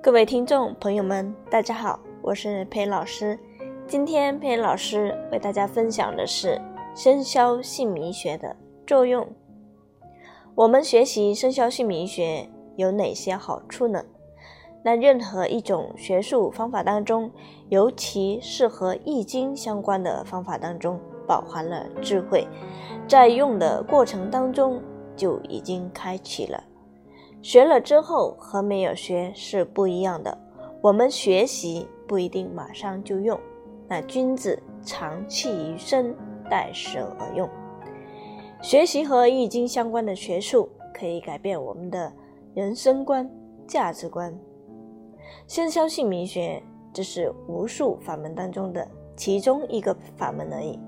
各位听众朋友们，大家好，我是佩老师。今天佩老师为大家分享的是生肖姓名学的作用。我们学习生肖姓名学有哪些好处呢？那任何一种学术方法当中，尤其是和易经相关的方法当中，饱含了智慧，在用的过程当中就已经开启了。学了之后和没有学是不一样的，我们学习不一定马上就用，那君子长气于身，待时而用。学习和易经相关的学术可以改变我们的人生观、价值观。生肖姓名学只是无数法门当中的其中一个法门而已，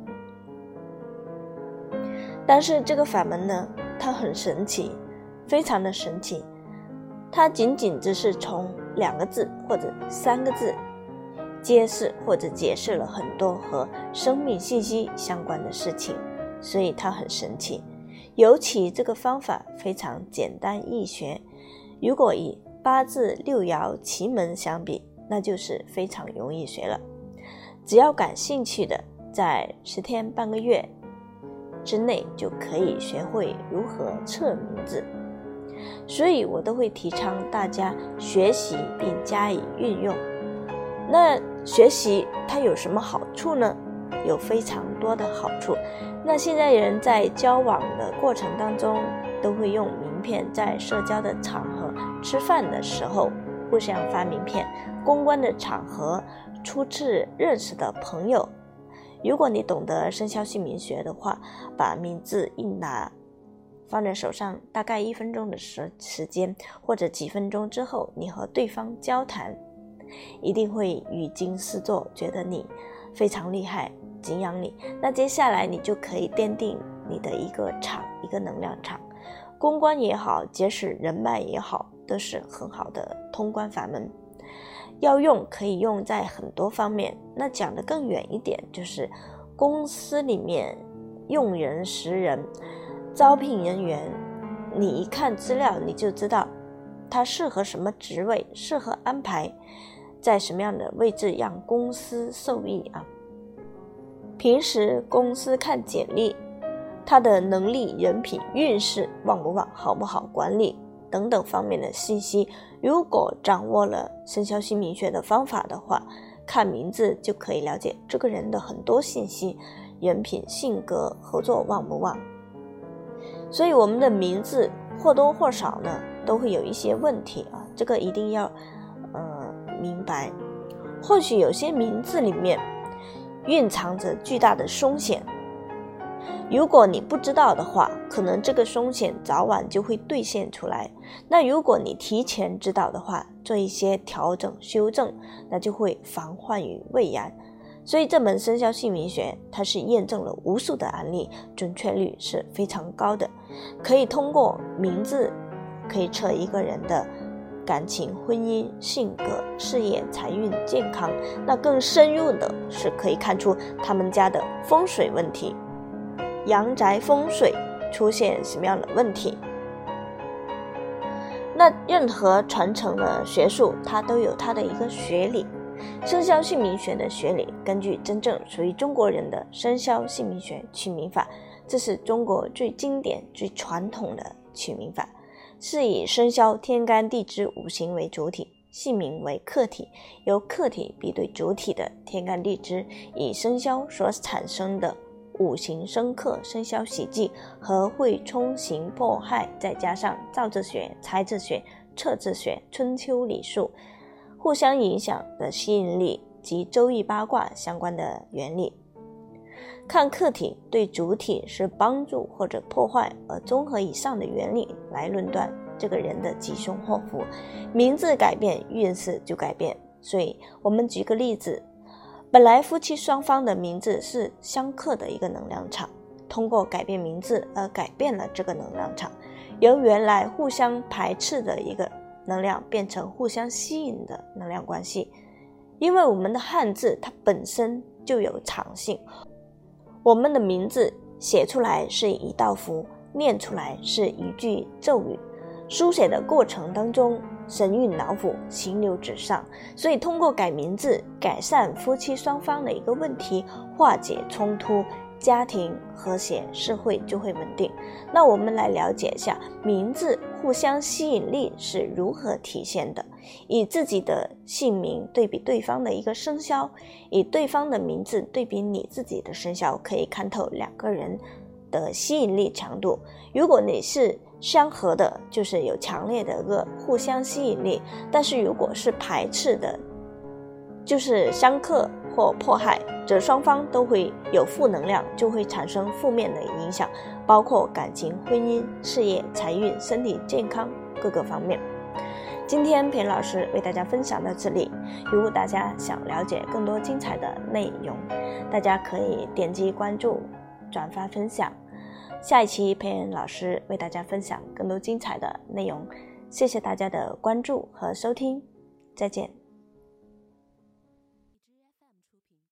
但是这个法门呢，它很神奇，非常的神奇，它仅仅只是从2个字或者3个字揭示或者解释了很多和生命信息相关的事情，所以它很神奇。尤其这个方法非常简单易学，如果以8字6爻奇门相比，那就是非常容易学了。只要感兴趣的，在10天半个月之内就可以学会如何测名字。所以我都会提倡大家学习并加以运用。那学习它有什么好处呢？有非常多的好处。那现在人在交往的过程当中，都会用名片，在社交的场合、吃饭的时候互相发名片，公关的场合、初次认识的朋友。如果你懂得生肖姓名学的话，把名字一拿放在手上，大概1分钟的时间或者几分钟之后，你和对方交谈，一定会语惊四座，觉得你非常厉害，敬仰你。那接下来你就可以奠定你的一个场，一个能量场。公关也好，结识人脉也好，都是很好的通关法门。要用可以用在很多方面，那讲得更远一点，就是公司里面用人识人，招聘人员，你一看资料你就知道他适合什么职位，适合安排在什么样的位置让公司受益啊。平时公司看简历，他的能力、人品、运势旺不旺、好不好管理等等方面的信息，如果掌握了生肖姓名学的方法的话，看名字就可以了解这个人的很多信息，人品、性格、合作旺不旺。所以我们的名字或多或少呢都会有一些问题啊，这个一定要明白。或许有些名字里面蕴藏着巨大的风险，如果你不知道的话，可能这个风险早晚就会兑现出来。那如果你提前知道的话，做一些调整修正，那就会防患于未然。所以这门生肖姓名学它是验证了无数的案例，准确率是非常高的，可以通过名字可以测一个人的感情、婚姻、性格、事业、财运、健康。那更深入的是可以看出他们家的风水问题，阳宅风水出现什么样的问题。那任何传承的学术它都有它的一个学理，生肖姓名学的学理根据真正属于中国人的生肖姓名学取名法，这是中国最经典最传统的取名法，是以生肖天干地支五行为主体，姓名为客体，由客体比对主体的天干地支，以生肖所产生的五行生克、生肖喜忌和会冲刑破害，再加上造字学、财字学、测字学、春秋礼数互相影响的吸引力及周易八卦相关的原理。看客体对主体是帮助或者破坏，而综合以上的原理来论断这个人的吉凶祸福。名字改变，运势就改变。所以我们举个例子，本来夫妻双方的名字是相克的一个能量场，通过改变名字而改变了这个能量场，由原来互相排斥的一个能量变成互相吸引的能量关系。因为我们的汉字它本身就有长性，我们的名字写出来是一道符，念出来是一句咒语，书写的过程当中神韵脑腑，行流直上。所以通过改名字改善夫妻双方的一个问题，化解冲突，家庭和谐，社会就会稳定。那我们来了解一下名字互相吸引力是如何体现的。以自己的姓名对比对方的一个生肖，以对方的名字对比你自己的生肖，可以看透两个人的吸引力强度。如果你是相合的，就是有强烈的一个互相吸引力，但是如果是排斥的，就是相克或迫害，则双方都会有负能量，就会产生负面的影响，包括感情、婚姻、事业、财运、身体健康各个方面。今天裴老师为大家分享到这里，如果大家想了解更多精彩的内容，大家可以点击关注、转发分享。下一期裴恩老师为大家分享更多精彩的内容，谢谢大家的关注和收听，再见。